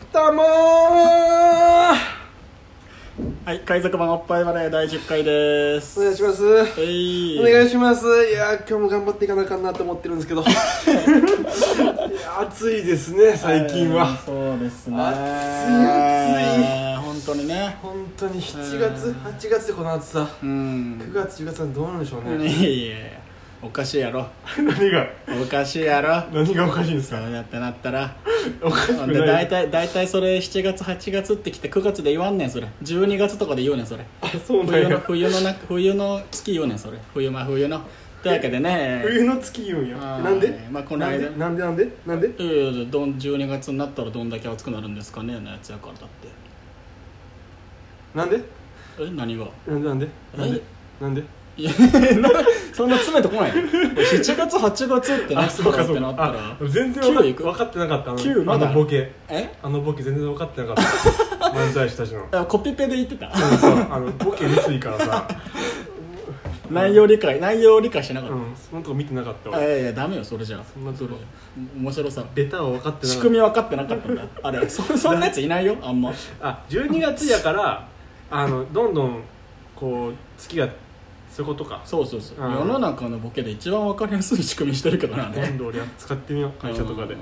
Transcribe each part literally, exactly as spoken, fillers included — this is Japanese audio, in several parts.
どうもー。 はい、海賊版おっぱいバレーだいじゅっかいです。 お願いします。 えいお願いします。いやー今日も頑張っていかなあかんなと思ってるんですけどいや暑いですね最近は、 えー、そうですね。 暑い暑い本当にね。 本当にしちがつ、はちがつでこの暑さ、 うん、 くがつじゅうがつはどうなんでしょうね。 いやいやおかしいやろ何がおかしいやろ何がおかしいんですか。 そうやってなったらおかしくない。 で大体大体それしちがつはちがつってきてくがつで言わんねんそれ。じゅうにがつとかで言うねんそれ。 あ、そうなん冬のや。 冬のな冬の月言うねんそれ。冬ま冬のというわけでね冬の月言うんや。なんで、 まあ、この間なんでなんでなんでなんでいやいやどんじゅうにがつになったらどんだけ暑くなるんですかねのやつやからだって。 なんでえ何がなんでなんでなんでなんでいやそんな詰めてこないのしちがつはちがつってなったらってなったら全然分か, 分かってなかった。あのきゅうまだあのボケえあのボケ全然分かってなかった漫才師たちのあコピペで言ってたそうそうあのボケ薄いからさ内容理解内容理解してなかった、 うんそのとこ見てなかったあいわ。 やいやダメよそれじゃあそんなとこ面白さベタは分かってなかった。 仕組み分かってなかったんだあれ そ, そんなやついないよあんま。 あじゅうにがつやからあのどんどんこう月がそういうことか。 そうそうそう、 うん世の中のボケで一番分かりやすい仕組みしてるけどなね今度俺使ってみよう会社とかで。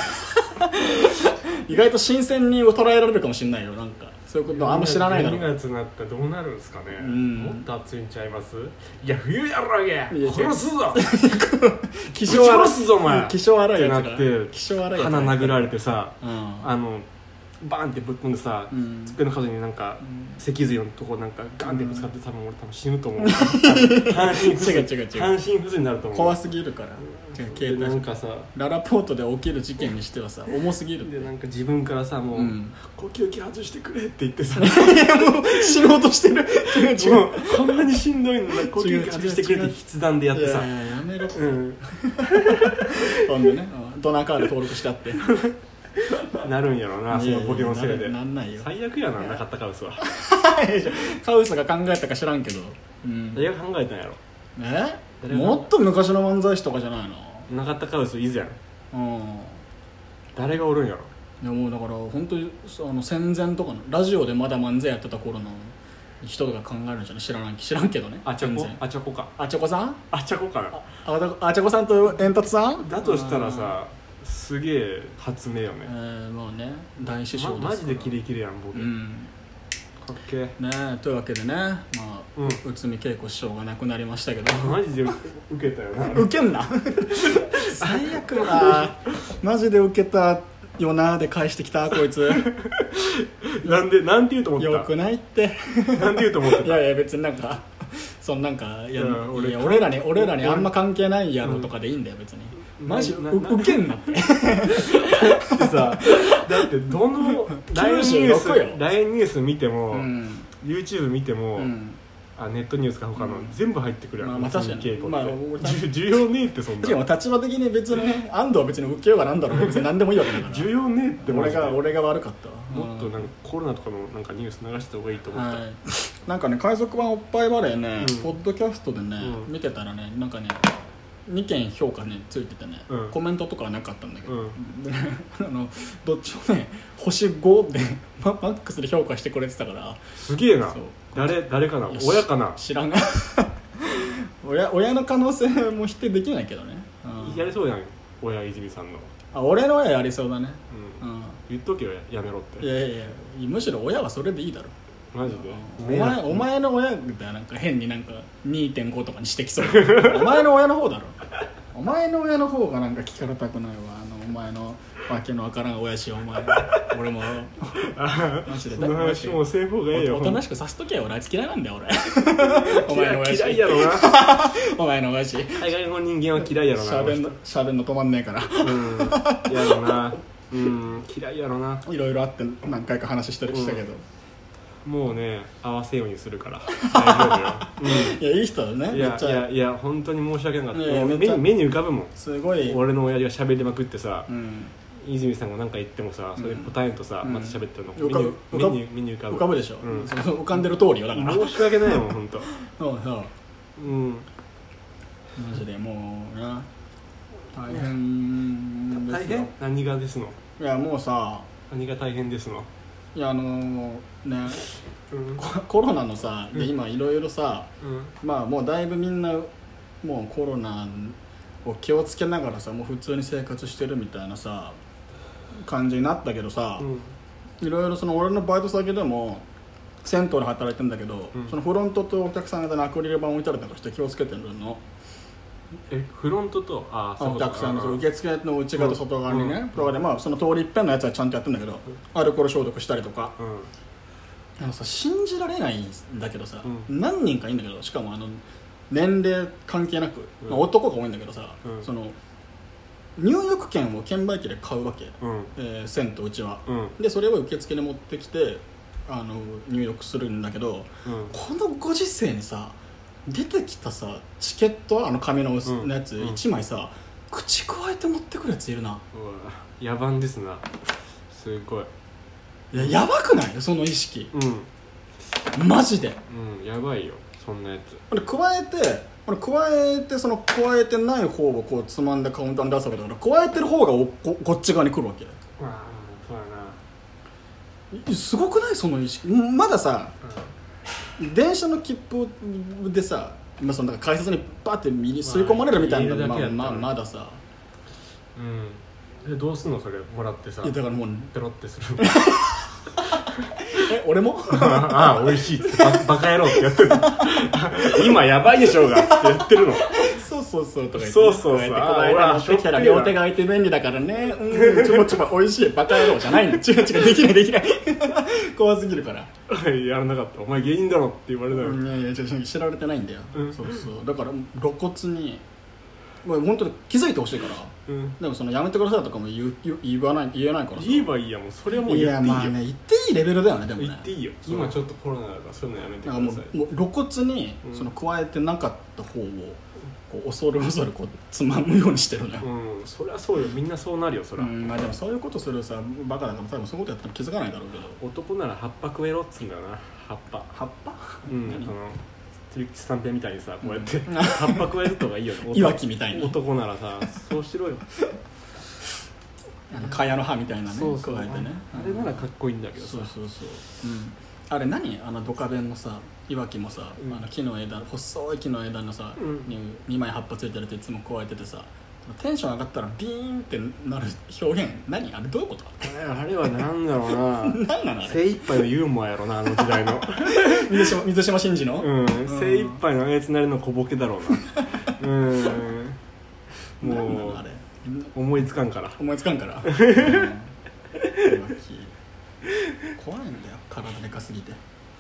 意外と新鮮に捉えられるかもしれないよ。なんかそういうことあんま知らないだろじゅうにがつになったらどうなるんですかね、 うん、 もっと暑いんちゃいます。いや冬やろげ殺すぞ気性荒い殺すぞお前気性荒いやつがってなって気性荒いやつ鼻殴られてさ、 うん、 あのバーンってぶっ飛んでさ、うん、机の角になんか、うん、脊髄のとこなんかガンってぶつかって多分俺多分死ぬと思う半身不随違う違う違う半身不随になると思う。 怖すぎるから、 うん、でなんかさララポートで起きる事件にしてはさ重すぎる。 でなんか自分からさもう、うん、呼吸器外してくれって言ってさいやもう死のうとしてる違うもうこんなにしんどいのに呼吸器外してくれって筆談でやってさいやいややめろ、 うん、 ほんでねドナーカード登録してあってなるんやろなそのボケのせいで。 なんないよ最悪やななかったカウスはカウスが考えたか知らんけど、 うん、誰が考えたんやろ。 えもっと昔の漫才師とかじゃないの。 なかったカウス以前、うん、誰がおるんやろ。 いやもうだから本当にあの戦前とかのラジオでまだ漫才やってた頃の人が考えるんじゃない。知らない知らんけどね。 あちゃこあちゃこかあちゃこさんあちゃこかなああちゃこさんと煙突さんだとしたらさすげえ発明よね。 えー、もうね大師匠です、 ま、マジでキレキレやん僕、うん、かっけーねというわけでね、まあうん、内海恵子師匠が亡くなりましたけどマジで受けたよな受けんな最悪だマジで受けたよなで返してきたこいつなんでなんて言うと思った。 よくないってなんて言うと思ったいやいや別になんかそのなんかいや、うん、俺, いや俺らに俺らにあんま関係ないやろとかでいいんだよ別に。マジウケんなってだってさだってどの ライン ニュース ライン ニュース見ても、うん、YouTube 見ても、うん、あネットニュースか他の、うん、全部入ってくるやん。まあ、まあ、確かに、まあ、需要ねえってそんな。 でも立場的に別にね安藤は別に受けようがなんだろう別に何でもいいわけだから需要ねえって俺が俺が悪かったわ。 もっとなんかコロナとかのなんかニュース流した方がいいと思った、はい、 なんかね海賊版おっぱいバレーね、うん、ポッドキャストでね、うん、見てたらねなんかねにけん評価ねついててね、うん、コメントとかはなかったんだけど、うん、で、ね、あのどっちもね星ごでマックスで評価してくれてたからすげえな。誰誰かな親かな知らんが親, 親の可能性も否定できないけどね、 うん、やりそうじゃん親泉さんの。 あ俺の親やりそうだね、 うんうん、言っとけよやめろって。 いやいやむしろ親はそれでいいだろマジで。 お前, お前の親がなんか変になんか にてんご とかにしてきそうお前の親の方だろお前の親の方がなんか聞かれたくないわ。あのお前のわけのわからん親父お前俺もマジでその話もうせん方がええよ。 おとなしくさせとけよ。俺あいつ嫌いなんだよ俺お前の親父嫌いやろなお前の親父海外の人間は嫌いやろな。 しゃべんのしゃべんの止まんねえからうん嫌やろなうん嫌いやろな。 いろいろあって何回か話したりしたけど、 うん、もうね合わせようにするから大丈夫よ、 うん、いやいい人だね。 いやめっちゃいやいや本当に申し訳なかった。 いや目に目に浮かぶもん。 すごい俺の親父が喋りまくってさ、うん、泉さんが何か言ってもさそれ答えんとさ、うん、また喋ってるの、うん、目に目に浮かぶ浮かぶでしょ、うん、そ浮かんでる通りよだから申し訳ないもん本当そうそううんマジでもうな大変ですよ。 大変何がですの。 いやもうさ何が大変ですの？ いやあのー、ね、うん、コロナのさ、で今いろいろさ、うん、まあもうだいぶみんなもうコロナを気をつけながらさもう普通に生活してるみたいなさ感じになったけどさ、いろいろその俺のバイト先でも銭湯で働いてるんだけど、うん、そのフロントとお客さんがアクリル板置いたりとかして気をつけてるの。 えフロントとあお客さんのその受付の内側と外側にね、うん、プロでまあその通り一遍のやつはちゃんとやってるんだけど、うん、アルコール消毒したりとか、うん、あのさ信じられないんだけどさ、うん、何人かいいんだけどしかもあの年齢関係なく、うんまあ、男が多いんだけどさ、うん、その入浴券を券売機で買うわけ、うんえー、銭湯うちは、うん、でそれを受付に持ってきてあの入浴するんだけど、うん、このご時世にさ出てきたさチケットあの紙のやついちまいさ、うん、口加えて持ってくるやついるな。うわ野蛮ですなすごい。 いややばくないその意識、うん、マジで、 うん、やばいよそんなやつ。 俺加えて俺加えてその加えてない方をこうつまんでカウンターに出すわけだから加えてる方がお こ, こっち側に来るわけ。ああそうやな。すごくないその意識。まださ、うん電車の切符でさ、まあ、そのなんか改札にバーって吸い込まれるみたいなの、まあまあ、まださ、 うん、えどうすんのそれもらってさ。 いやだからもうペロってするえ俺もああ美味しいっつって バ, バカ野郎ってやってる今やばいでしょうがって言ってるのそうそうそうとか言って、 そうそうそうこの間持ってきたら両手が空いて便利だからねうんちょぼちょぼ美味しいバカ野郎じゃないの違う違うできないできない怖すぎるからやらなかったお前芸人だろって言われたよ。 いやいや知られてないんだよ、うん、そうそうだから露骨にもう本当に気づいてほしいから、うん、でもそのやめてくださいとかも 言, 言わない言えないからさ。 言えばいいやもうそれはもう言っていいよ。いやまあね言っていいレベルだよね。でもね言っていいよ今ちょっとコロナだからそういうのやめてください。 もうもう露骨にその加えてなかった方をこう恐る恐るこうつまむようにしてるのよ。 うんそりゃそうよみんなそうなるよそりゃ、うん、 まあでもそういうことするさバカだから多分そういうことやったら気づかないだろうけど。 男なら葉っぱ食えろっつうんだよな。葉っぱ葉っぱうんあのスタンペみたいにさこうやって葉っぱ加えるとかいいよねいわきみたいに男ならさそうしろよあの蚊帳の葉みたいなねそうそう加えてねあれならかっこいいんだけどさそうそうそう、うん、あれ何あのドカベンのさいわきもさ、うん、あの木の枝細い木の枝のさ、うん、ににまい葉っぱついてるっていつも加えててさテンション上がったらビーンってなる表現何あれどういうこと？ あれは何だろうな何なのあれ精一杯のユーモアやろなあの時代の水島水島新司の、 うん、精一杯のあいつなりの小ボケだろうなうんもうあれ思いつかんから思いつかんから、うん、怖いんだよ体でかすぎて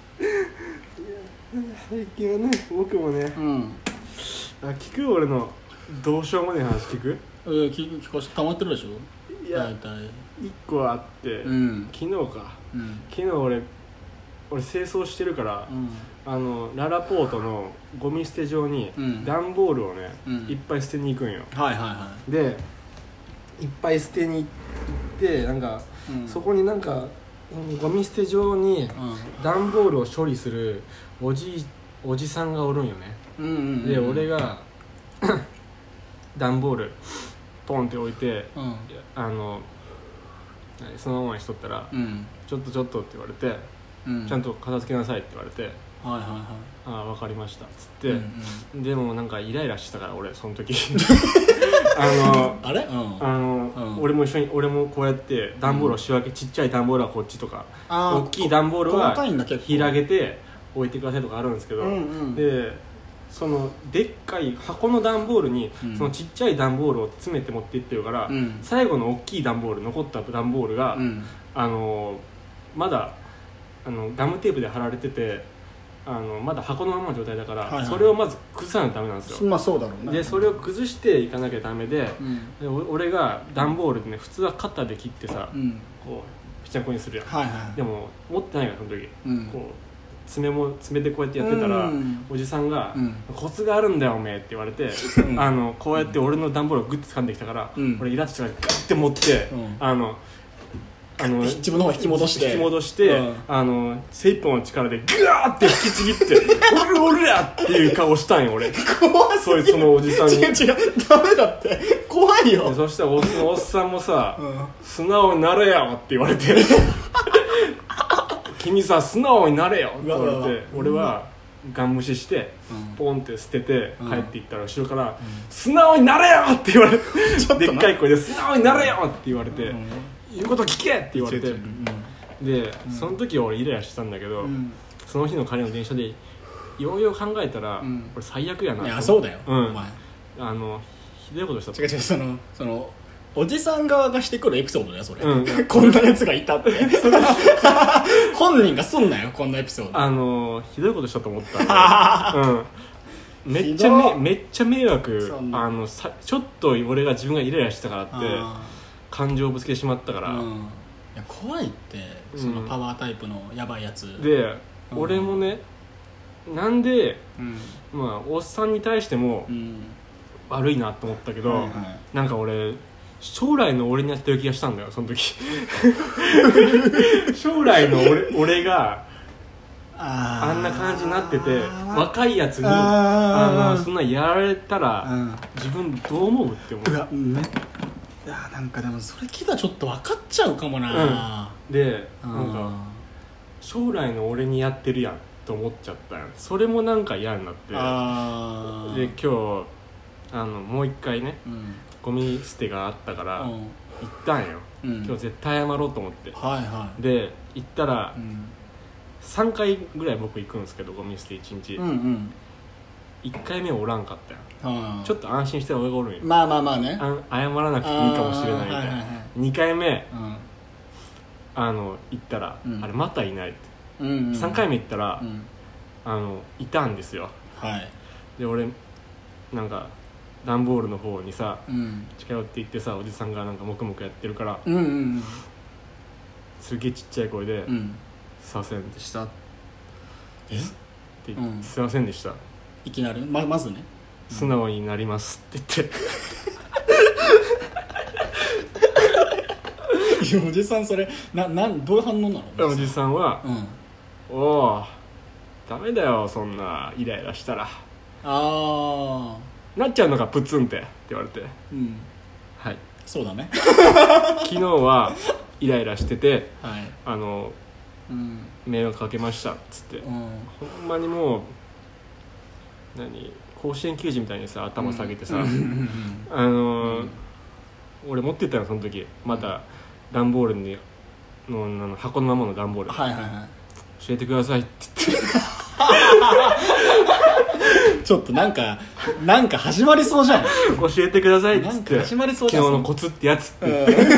最近はね僕もね、うん、あ聞く俺のどうしようもねえ話聞く？ えー、聞聞かせて溜まってるでしょ。いや大体いっこあって、うん、昨日か、うん、昨日俺俺清掃してるから、うん、あのララポートのゴミ捨て場に段ボールをね、うん、いっぱい捨てに行くんよ、 はいはいはい、 でいっぱい捨てに行ってなんか、うん、そこになんかゴミ捨て場に段ボールを処理するおじおじさんがおるんよね、うんうんうんうん、で俺が段ボールポンって置いて、うん、あのそのままにしとったら、うん、ちょっとちょっとって言われて、うん、ちゃんと片付けなさいって言われて、はいはいはい、ああ分かりましたっつって、うんうん、でもなんかイライラしたから俺その時あのあれ、うん、 あの、うん、俺も一緒に俺もこうやって段ボールを仕分け、うん、ちっちゃい段ボールはこっちとか大きい段ボールは平げて置いてくださいとかあるんですけど、うんうん、でそのでっかい箱の段ボールにそのちっちゃい段ボールを詰めて持っていってるから、うん、最後の大きい段ボール残った段ボールが、うん、あのまだあのガムテープで貼られててあのまだ箱のままの状態だから、はいはい、それをまず崩さないとダメなんですよ。 まあそうだろうね。 でそれを崩していかなきゃダメで、うん、で俺が段ボールでね普通はカッターで切ってさ、うん、こうぴちゃんこにするやん、はいはい、でも持ってないからその時、うん、こう爪も爪でこうやってやってたら、うん、おじさんが、うん、コツがあるんだよおめえって言われて、うん、あのこうやって俺の段ボールをグッて掴んできたから、うん、俺イラッとしてガッて持って、うん、あのあの自分の方引き戻して引き戻して、うん、あの精一本の力でグワーって引きちぎって「俺俺ら!」っていう顔したんよ俺。 怖すぎる。 そのおじさんに違う違うダメだって怖いよ。 そしたらおのおっさんもさ、うん、素直になれよって言われて君さ素直になれよって言われて、俺はガン無視してポンって捨てて帰っていったら後ろから素直になれよって言われてでっかい声で素直になれよって言われて言うこと聞けって言われて、でその時は俺イライラしてたんだけど、その日の帰りの電車でようよう考えたらこれ最悪やな。 いやそうだよ、 うん、お前あのひどいことした。 違う違う、そのそのおじさん側がしてくるエピソードだよそれ、うん、こんなやつがいたって本人がすんなよこんなエピソード。 あのひどいことしたと思ったんで、うん、めっちゃめめっちゃ迷惑。あのさちょっと俺が自分がイライラしたからって感情をぶつけてしまったから、うん、いや怖いってそのパワータイプのやばいやつ、 うん、で、うん、俺もねなんで、うん、まあおっさんに対しても悪いなと思ったけど、はいはい、なんか俺将来の俺にやってる気がしたんだよその時将来の 俺, 俺があんな感じになってて若いやつに あ, あのそんなやられたら、うん、自分どう思うって思う。 うわめいやなんかでもそれ聞いたらちょっと分かっちゃうかもな、 うん、でなんか将来の俺にやってるやんと思っちゃったよ。それもなんか嫌になって、あで今日あのもう一回ね、うんゴミ捨てがあったから、うん、行ったんよ、うん、今日絶対謝ろうと思って、はいはい、で行ったら、うん、さんかいぐらい僕行くんですけどゴミ捨ていちにち、うんうん、いっかいめおらんかったよ、うん、ちょっと安心して俺がおるんよ。 まあまあまあねあ謝らなくていいかもしれないみたいな、はいはいはい、にかいめ、うん、あの行ったら、うん、あれまたいないって、うんうん、さんかいめ行ったら、うん、あのいたんですよ、はい、で俺なんか段ボールの方にさ、うん、近寄っていってさおじさんがなんか黙々やってるから、うんうんうん、すげえちっちゃい声で、うん、すいませんでしたえって、うん、すいませんでしたいきなり ま, まずね素直になりますって言っていやおじさんそれななんどういう反応なの。 おじさんは、うん、おおダメだよそんなイライラしたらああなっちゃうのがプツンってって言われて、うん、はいそうだね昨日はイライラしてて、はい、あの、うん、迷惑かけましたっつって、うん、ほんまにもう何甲子園球児みたいにさ頭下げてさ、うん、あの、うん、俺持ってったのその時また段ボールに の, の箱のままの段ボール、はいはいはい、教えてくださいって言ってちょっとなんかなんか始まりそうじゃん教えてくださいっつって始まりそう昨日のコツってやつって言って、うん、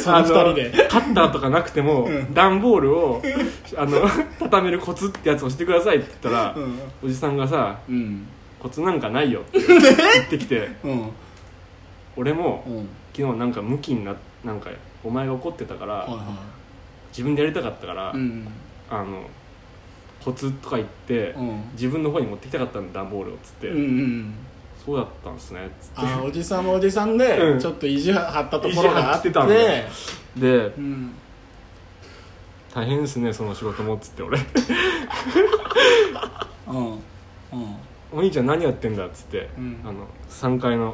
そのふたりでカッターとかなくても、うん、段ボールをあの畳めるコツってやつをしてくださいって言ったら、うん、おじさんがさ、うん、コツなんかないよって言ってきて、うん、俺も、うん、昨日なんかムキにななんかお前が怒ってたから、はいはい、自分でやりたかったから、うん、あのコツとか言って、うん、自分の方に持ってきたかったんだ段ボールをつって、うんうん、そうだったんですねつってあおじさんもおじさんで、うん、ちょっと意地張ったところがあってたんでで、うん、大変ですねその仕事もっつって俺うん、うん、お兄ちゃん何やってんだっつって、うん、あのさんがいの、うん、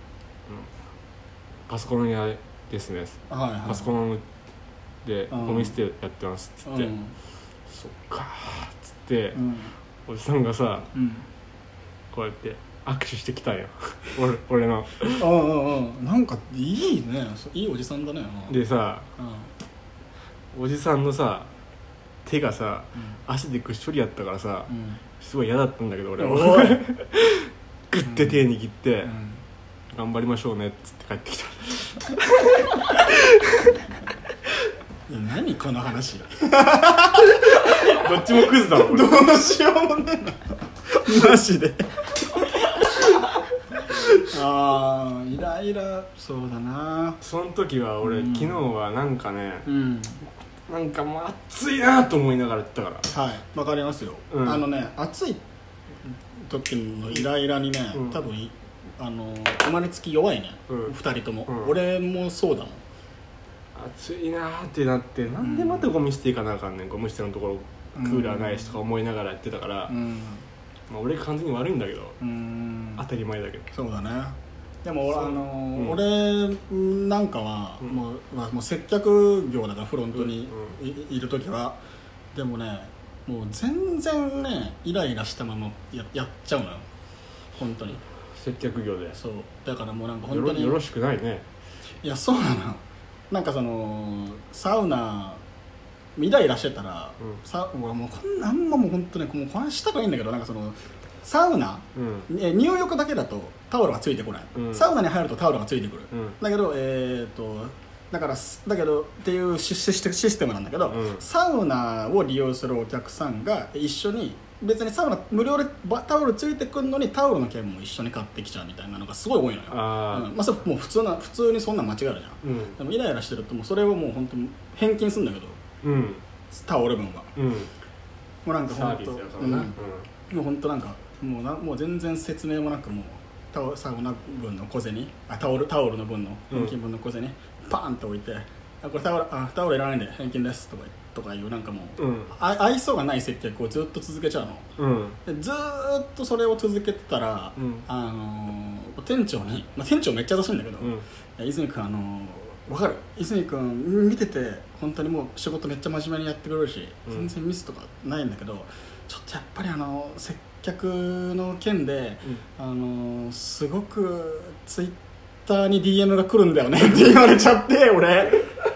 パソコン屋ですね、はいはい、パソコンでゴミ捨てやってますっつって、うん、そっかっつって、うん、おじさんがさ、うん、こうやって握手してきたんよ俺, 俺のああああなんかいいねいいおじさんだねでさ、うん、おじさんのさ手がさ、うん、足でぐっしょりやったからさ、うん、すごい嫌だったんだけど俺はグッて手握って、うん、頑張りましょうねっつって帰ってきた何この話どっちもクズだろどうしようもねえなマジであーイライラそうだなその時は俺、うん、昨日はなんかね、うん、なんかもう暑いなと思いながらやったからはいわかりますよ、うん、あのね暑い時のイライラにね、うん、多分あの生まれつき弱いね、うん、ふたりとも、うん、俺もそうだもん暑いなーってなって、なんでまたゴミ捨ていかなあかんねん、ゴミ捨てのところクーラーないしとか思いながらやってたから、うん、まあ、俺完全に悪いんだけど、うん、当たり前だけど。 そうだね。でも俺、あのーうん、俺なんかはもう、まあ、もう接客業だからフロントに い,、うんうん、いる時はでもね、もう全然ねイライラしたまま や, やっちゃうのよ本当に。 接客業で。 そうだからもうなんか本当によ, よろしくないね。 いやそうなの。なんかそのサウナイライラしてたら、うん、さ俺もうこんなあんまもう本当にもうこのしたくないんだけど、なんかそのサウナ、うん、入浴だけだとタオルがついてこない、うん、サウナに入るとタオルがついてくる、うん、だけどえー、っとだからだけどっていうシステムなんだけど、うん、サウナを利用するお客さんが一緒に別にサウナ無料でタオルついてくるのにタオルの件も一緒に買ってきちゃうみたいなのがすごい多いのよ。あ、うん、まあ、それもう普通な普通にそんな間違いあるじゃん、うん、でもイライラしてるともうそれをもう本当に返金するんだけど、うん、タオル分は、うん、もうなんかサービスやからな、うんうん、もう本当なんかもうなもう全然説明もなくもうタオサウナ分の小銭あタオルタオルの分の返金分の小銭、うん、パーンと置いてあこれタオルあタオルいらないんで返金ですとかとかいうなんかもう、うん、あ愛想がない接客をずっと続けちゃうの、うん、でずっとそれを続けてたら、うん、あのー、店長に、まあ、店長めっちゃ優しいんだけど、うん、泉君あのー分かる泉君見てて本当にもう仕事めっちゃ真面目にやってくれるし、うん、全然ミスとかないんだけどちょっとやっぱりあの接客の件で、うん、あのすごくツイッターに ディーエム が来るんだよねって言われちゃって俺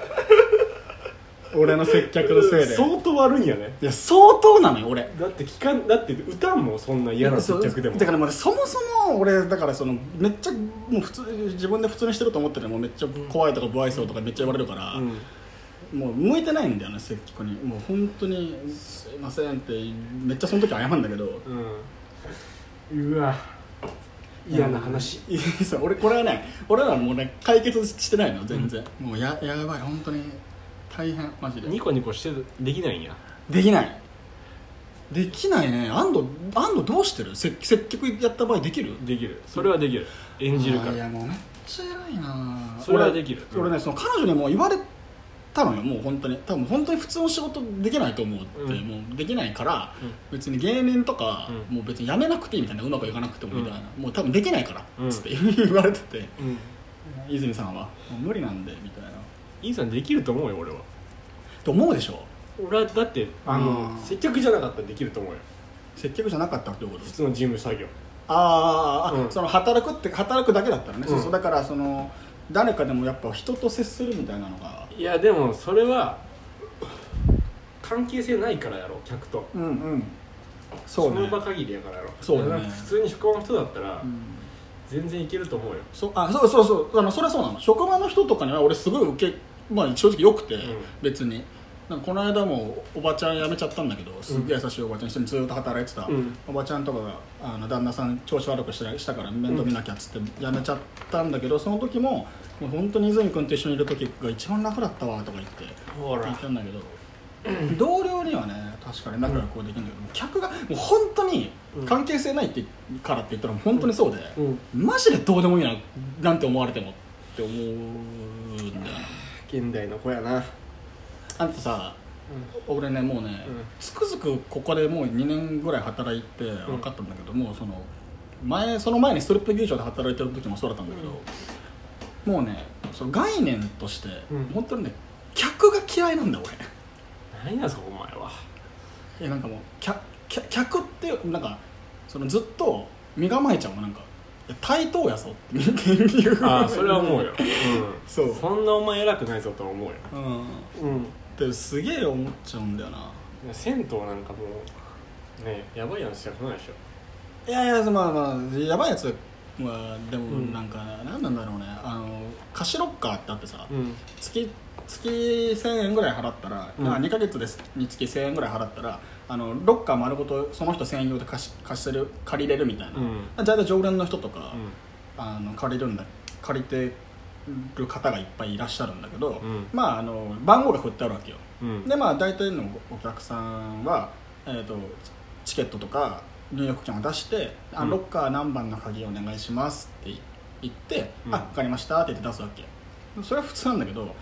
俺の接客のせいで相当悪いんやね。 いや相当なのよ俺。 だって聞かんだって歌もそんな嫌な接客でもだからもうそもそも俺だからそのめっちゃもう普通自分で普通にしてると思ってるのもめっちゃ怖いとか不愛想とかめっちゃ言われるから、うんうん、もう向いてないんだよね接客に。もう本当にすいませんってめっちゃその時謝るんだけど、 うん、うわ嫌な話。 いや俺これはね俺らもうね解決してないの全然、うん、もう や, やばい本当に大変マジで。 ニコニコしてできないんや。 できないできないね。安藤安藤どうしてる？接客やった場合できる？ できる。それはできる。演じるから。 いやもうめっちゃ偉いな。 それはできる。 俺, 俺ねその彼女にも言われたのよ。もう本当に多分本当に普通の仕事できないと思うって、うん、もうできないから、うん、別に芸人とか、うん、もう別にやめなくていいみたいな、うまくいかなくてもみたいな、うん、もう多分できないからっつって、うん、言われてて、うん、泉さんはもう無理なんでみたいな。 泉さんできると思うよ俺は。 と思うでしょ。 俺はだってあの接客じゃなかったらできると思うよ。 接客じゃなかったってこと？ 普通の事務作業。 ああ、うん、その働くって働くだけだったらね、うん、そうそうだからその誰かでもやっぱ人と接するみたいなのが。 いやでもそれは関係性ないからやろ客と。うんうん。そうね。その場限りやからやろ。そうだね。普通に職場の人だったら、うん、全然いけると思うよ。 そあそうそうそうあのそれはそうなの。職場の人とかには俺すごい受けまあ正直良くて、うん、別に。なんかこの間もおばちゃん辞めちゃったんだけどすっげえ優しいおばちゃん一緒にずっと働いてた、うん、おばちゃんとかがあの旦那さん調子悪くしたしたから面倒見なきゃっつって辞めちゃったんだけど、その時ももう本当に泉君と一緒にいる時が一番楽だったわとか言って聞いたんだけど、うん、同僚にはね確かに仲良くできるんだけど、うん、客がもう本当に関係性ないってからって言ったら本当にそうで、うんうん、マジでどうでもいいななんて思われてもって思うんだよな。 現代の子やな。 あんたさ、うん、俺ねもうね、うん、つくづくここでもうにねんぐらい働いて分かったんだけど、うん、もうその前その前にストリップ劇場で働いてる時もそうだったんだけど、うん、もうねその概念として、うん、本当にね客が嫌いなんだ俺。 何やそこお前は。 いやなんかもう客客ってなんかそのずっと身構えちゃうのなんか対等やぞって言う。 ああそれは思うよ、うん、そうそんなお前偉くないぞとは思うよ。うん、 うん、ですげえ思っちゃうんだよな。 銭湯なんかもうねやばいやつじゃないでしょ。いやいやまあまあやばいやつはでもなんか、うん、なんなんだろうねあの貸しロッカーってあってさ、うん、月月せんえんぐらい払ったら、うん、にかげつですにつきせんえんぐらい払ったらあのロッカー丸ごとその人専用で貸し貸せる借りれるみたいな、うん、だいたい常連の人とか、うん、あの借りるんだ借りてる方がいっぱいいらっしゃるんだけど、うん、まああの番号が振ってあるわけよ、うん、でまあ大体のお客さんは、えーと、チケットとか入浴券を出して、うん、あロッカー何番の鍵お願いしますって言って、うん、あ分かりましたって言って出すわけ。それは普通なんだけど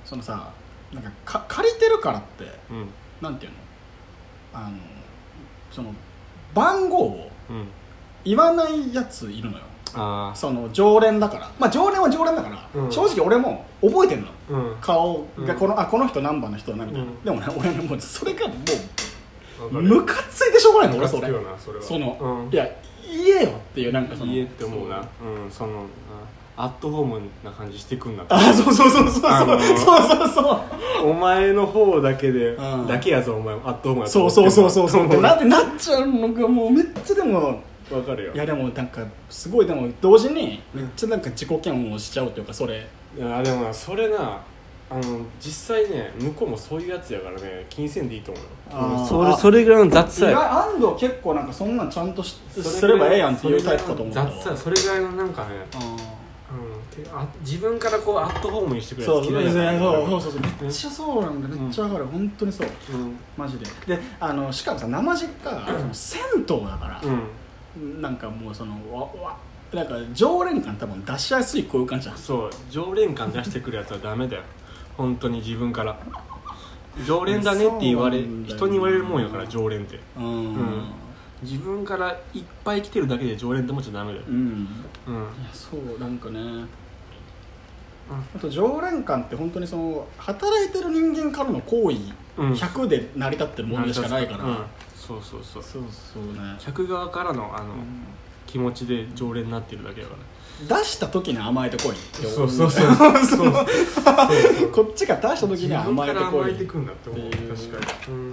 そのさなんかか借りてるからって、うん、なんていうのあのその番号を言わないやついるのよ、あその常連だからまあ常連は常連だから、うん、正直俺も覚えてんの、うん、顔がこの、うん、あこの人何番の人だなみたいな、うん、でもね俺もうそれがもうムカついてしょうがないの俺それその、うん、いや言えよっていうなんかその言えって思うな、うん、そのアットホームな感じしてくんなってあそうそうそうそうそう、あのー、そうそうそうお前の方だけで、うん、だけやぞお前アットホームやそうそうそうそうそうなんてなっちゃうのがもうめっちゃでもわかるよ。 いやでもなんかすごいでも同時にめっちゃなんか自己嫌悪しちゃうというかそれいやでもそれなあの実際ね向こうもそういうやつやからね気にせんでいいと思うよ。あ、うん、それそれぐらいの雑さや安藤結構なんかそんなんちゃんとしすればええやんっていうタイプかと思う雑さそれぐらいのなんかねうん、あ自分からこうアットホームにしてくれるやつ嫌いだからそうそうそうそうめっちゃそうなんだ、うん、めっちゃわかる本当にそう、うん、マジでであのしかもさ生実家が銭湯だから、うん、なんかもうそのわわなんか常連感多分出しやすい空間じゃん。 そう常連感出してくるやつはダメだよ本当に自分から常連だねって言われ人に言われるもんやから常連って、うん、うん、自分からいっぱい来てるだけで常連って思っちゃダメだよ、うんうん、いやそうなんかね、うん、あと常連感って本当にその働いてる人間からの行為ひゃくで成り立ってるものでしかないから、うんうん、 そうそうそうそうそうね客側からのあの、うん、気持ちで常連になってるだけだから出した時に甘えてこいそうそうそうそうそうこっちが出した時に甘えてこい甘えてくんだって思う確かに、うん、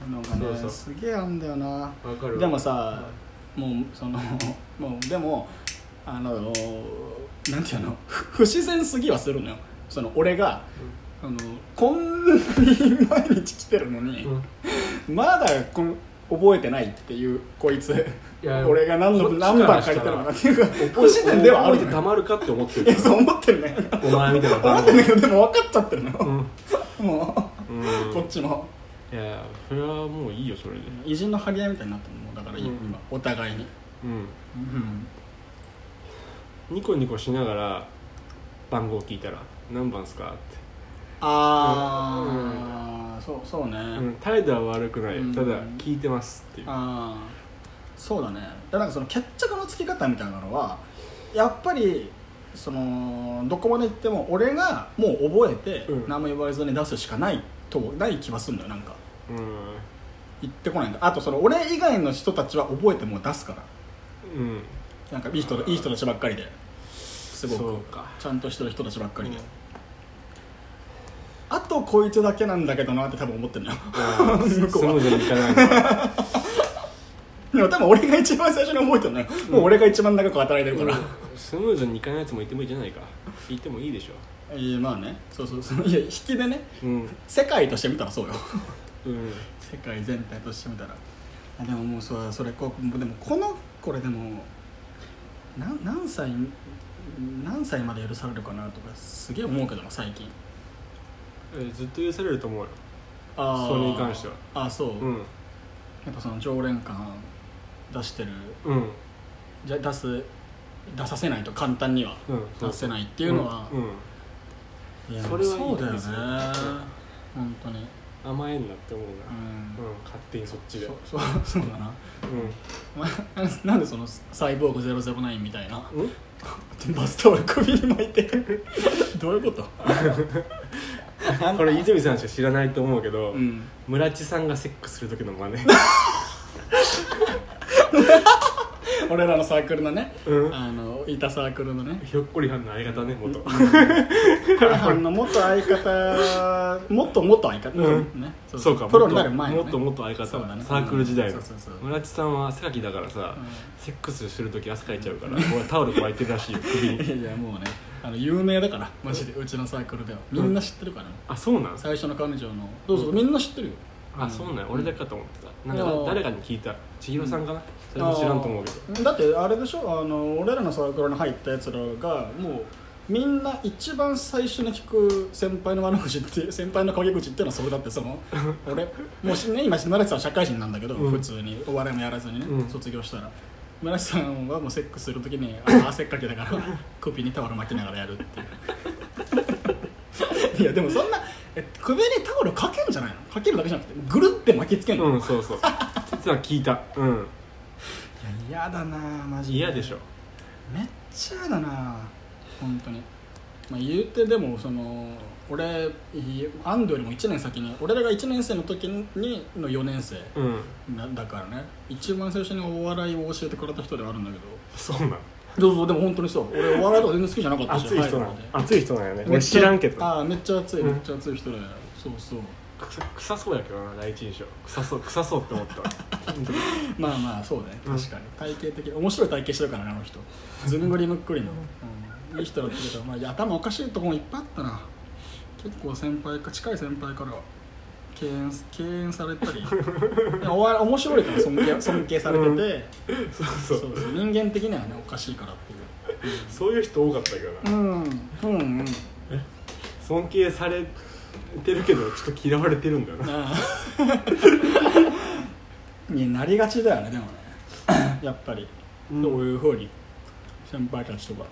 なんかねそうそうすげえあんだよなでもさもうそのもうでもあのなんていうの不自然すぎはするのよその俺が、うん、あのこんなに毎日来てるのに、うん、まだこの覚えてないっていうこいついや俺が何の何番書いてるのかっていうか不自然ではある覚えてたまるかって思ってるいやそう思ってるねお前みたいな思ってるんだけどでも分かっちゃってるのよ、うん、もう、うん、こっちもいやそれはもういいよそれで偉人の張り合いみたいになってるのだから、うん、今お互いにうん、うん、 ニコニコしながら番号聞いたら何番すかってああ、うん、そうそうね、うん、 態度は悪くない、うん、ただ聞いてますっていうあそうだねだなんかその決着のつき方みたいなのはやっぱりそのどこまで行っても俺がもう覚えて、うん、何も言われずに出すしかないとない気はするんだよなんか、うん、言ってこないんだあとその俺以外の人たちは覚えても出すから、うん、なんかいい人いい人たちばっかりですごくちゃんとしてる人たちばっかりで、うんあとこいつだけなんだけどなって多分思ってるのよ向こうはスムーズにいかないのでも多分俺が一番最初に覚えてるのよ、うん、もう俺が一番長く働いてるから、うん、 スムーズにいかないやつもいてもいいじゃないかいてもいいでしょいやまあねそうそうそういや引きでね、うん、世界として見たらそうよ、うん、世界全体として見たらあでももうそれそれこでもこのこれでもな何歳何歳まで許されるかなとかすげえ思うけどな最近ずっと許されると思うよあそれに関してはあそう、うん、やっぱその常連感出してる、うん、じゃ出す出させないと簡単には出せないっていうのは、うんうん、いやそれはいいですよね本当に甘えんなって思うな、うんうん、勝手にそっちでそ, そ, そうだな、うん、なんでそのサイボーグゼロゼロナインみたいな、うん、バスタオル首に巻いてどういうことこれ泉さんしか知らないと思うけど、うん、村地さんがセックスする時の真似俺らのサークルのね、うん、あのいたサークルのねひょっこりはんの相方ね元、うん、ひょっこりはんの元相方もっと元相方、うんね、 そうそうかプロになる前の、ね、 もっともっと相方、ね、サークル時代の、うん、そうそうそう村地さんは榊だからさ、うん、セックスする時汗かいちゃうからタオル巻いてるらしいよ首にいやもうねあの有名だからマジでうちのサークルではみんな知ってるからね、 うん、あそうなん最初の彼女のどうぞ、うん、みんな知ってるよあそうなんや、うん、俺だけかと思ってたなんか誰かに聞いた千尋さんかな、うん、それも知らんと思うけどだってあれでしょあの俺らのサークルに入ったやつらがもうみんな一番最初に聞く先輩の悪口って先輩の陰口っていうのはそれだってその俺もうね今村地さんは社会人なんだけど、うん、普通にお笑いもやらずにね、うん、卒業したら村地さんはもうセックスするときに汗っかきだから首にタオル巻きながらやるっていういやでもそんな首にタオルかけんじゃないの？かけるだけじゃなくてぐるって巻きつけんの？ うんそうそう実は聞いた。うんいや嫌だなマジで。 嫌でしょ。 めっちゃ嫌だな本当に。まあ言うてでもその俺安藤よりもいちねん先に俺らがいちねん生の時にのよねん生、うん、だからね一番最初にお笑いを教えてくれた人ではあるんだけど。 そうなの？ そうそうでも本当にそう。俺お笑いとか全然好きじゃなかったし。 熱い人なの。熱い人なんよね。俺知らんけど。 ああめっちゃ熱いめっちゃ熱い人だよ、うん、そうそう臭, 臭そうやけどな第一印象。臭そう臭そうって思ったまあまあそうね確かに、うん、体型的面白い体型してるからねあの人。ずんぐりむっくりの、うん、いい人だったけど、まあ、頭おかしいとこもいっぱいあったな。結構先輩か近い先輩から敬遠、敬遠されたりおわ面白いから尊 敬, 尊敬されてて、うん、そうそうそうそう人間的にはねおかしいからっていう、 うん、そういう人多かったけどな。うんうんうん尊敬されてるけどちょっと嫌われてるんだよなになりがちだよねでもねやっぱり、うん、どういう風に先輩たちとか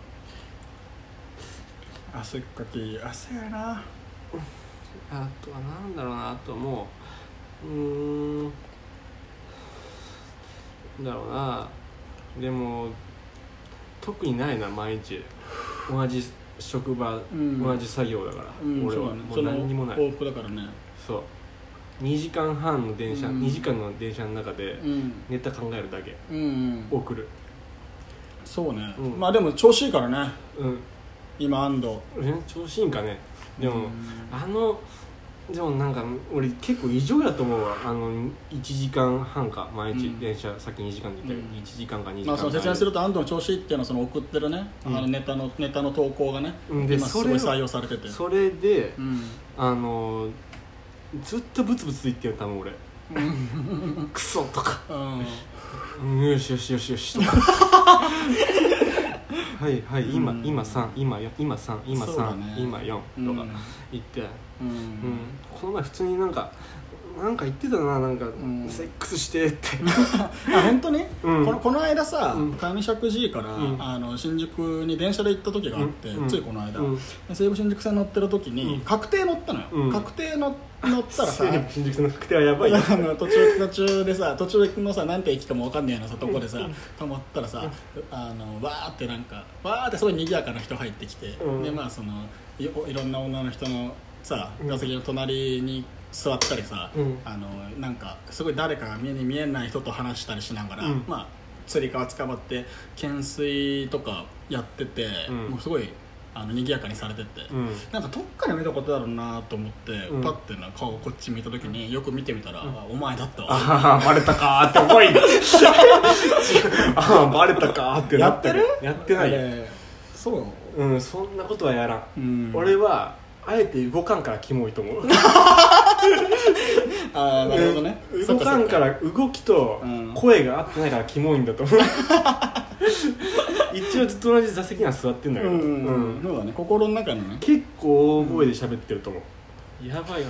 汗っかき汗やな。 あとはなんだろうなあともううーんだろうなでも特にないな毎日同じ職場、うん、同じ作業だから、うん、俺はもう何にもない。 往復だからね。 そうにじかんはんの電車、うん、にじかんの電車の中でネタ考えるだけ、うん、送る。 そうね、うん、まあでも調子いいからね、うん、今安藤え調子いいんかね。でも、うん、あのでもなんか俺結構異常やと思うわ。あのいちじかんはんか毎日電車、うん、さっきにじかんで言ったけど、うん、いちじかんかにじかんか、まあ、 その説明すると安藤の調子いいっていうのはその送ってるね、うん、あのネタのネタの投稿がね、うん、で今すごい採用されててそれで、うん、あのずっとブツブツ言ってる多分俺、うん、クソとか、うん、よしよしよしよしとかはいはい今、うん、今さん今よん今さん今さん、ね、今よんとか言って、うんうん、この前普通になんかなんか言ってたななんか、うん、セックスしてってあ本当に、うん、このこの間さ、うん、上石 G から、うん、あの新宿に電車で行った時があって、うん、ついこの間、うん、西武新宿線乗ってる時に、うん、確定乗ったのよ、うん、確定乗乗ったらさ新宿線の確定はやばいよ途中途中でさ途中のさ何て駅かも分かんないようなさとこでさ止まったらさあのわーってなんかわーってすごい賑やかな人入ってきて、うん、でまあその い, いろんな女の人のさ座席の隣に座ったりさ、うん、あのなんかすごい誰かが目に見えない人と話したりしながら、うん、まあつり革捕まって懸垂とかやってて、うん、もうすごいあの賑やかにされてて、うん、なんかどっかで見たことだろうなと思って、うん、パッてな顔こっち見た時によく見てみたら、うん、お前だったわあバレたかーって思いあバレたかーってなってやってるやってないよそううんそんなことはやらん、うん、俺はあえて動かんからキモいと思うああなるほどね動かんから動きと声が合ってないからキモいんだと思う一応ずっと同じ座席には座ってんだけど、うんうんうん、そうだね心の中のね結構大声で喋ってると思う、うん、やばいわ、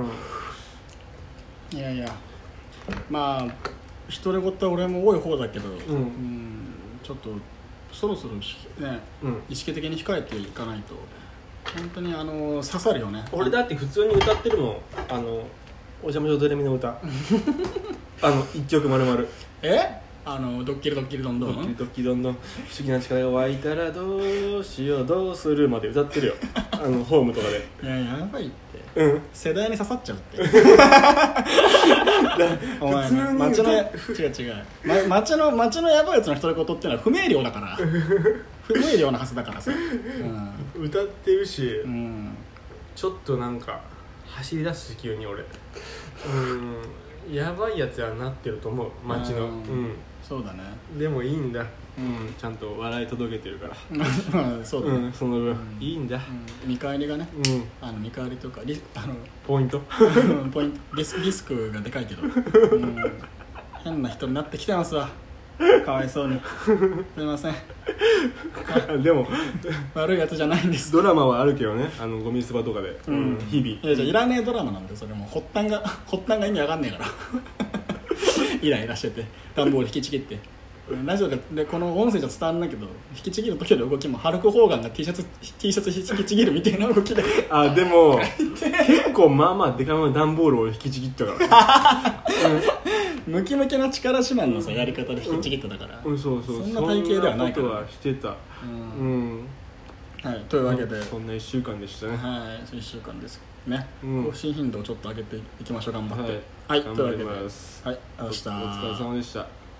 うん、いやいやまあ独り言は俺も多い方だけど、うんうん、ちょっとそろそろね、うん、意識的に控えていかないと本当にあの刺さるよね。 俺だって普通に歌ってるもんあのお邪魔女ドレミの歌あの一曲丸々 えあのドッキリドッキリどんどんドッキリドッキリどんどん不思議な力が湧いたらどうしようどうするまで歌ってるよあのホームとかでいややばいってうん世代に刺さっちゃうってお前ね街の違う違う、ま、街の街のやばいやつの独り言ってのは不明瞭だから不明瞭なはずだからさ、 うん、歌ってるし、うん、ちょっとなんか走り出すし急に俺うんやばいやつはなってると思う街の、うん、 そうだねでもいいんだ、うん、ちゃんと笑い届けてるからそうだね、うん、 その分、うん、いいんだ、 うん、見返りがね、うん、あの見返りとかリあのポイントポイントリスク、リスクがでかいけど、うん、変な人になってきてますわかわいそうにすいませんでも悪いやつじゃないんです。 ドラマはあるけどねあのゴミ捨場とかで、うん、日々 いやじゃあいらねえドラマなんでそれも発端が発端が意味わかんねえからイライラしてて段ボール引きちぎってラジオででこの音声じゃ伝わんないけど引きちぎる時の動きもハルク・ホーガンが T シャツ T シャツ引きちぎるみたいな動きであでも結構まあまあデカめの段ボールを引きちぎったから、 うん、ムキムキな力自慢のさやり方で引きちぎっただから、 うんうん、そうそうそんな体型ではないから、 そんなことはしてた、うん、うんはい、というわけでそんないっしゅうかんでしたね。 はい、いっしゅうかんですね、うん、更新頻度をちょっと上げていきましょう。頑張って、 はい、 はい、というわけで、はい、 ありがとうございます。お疲れ様でした。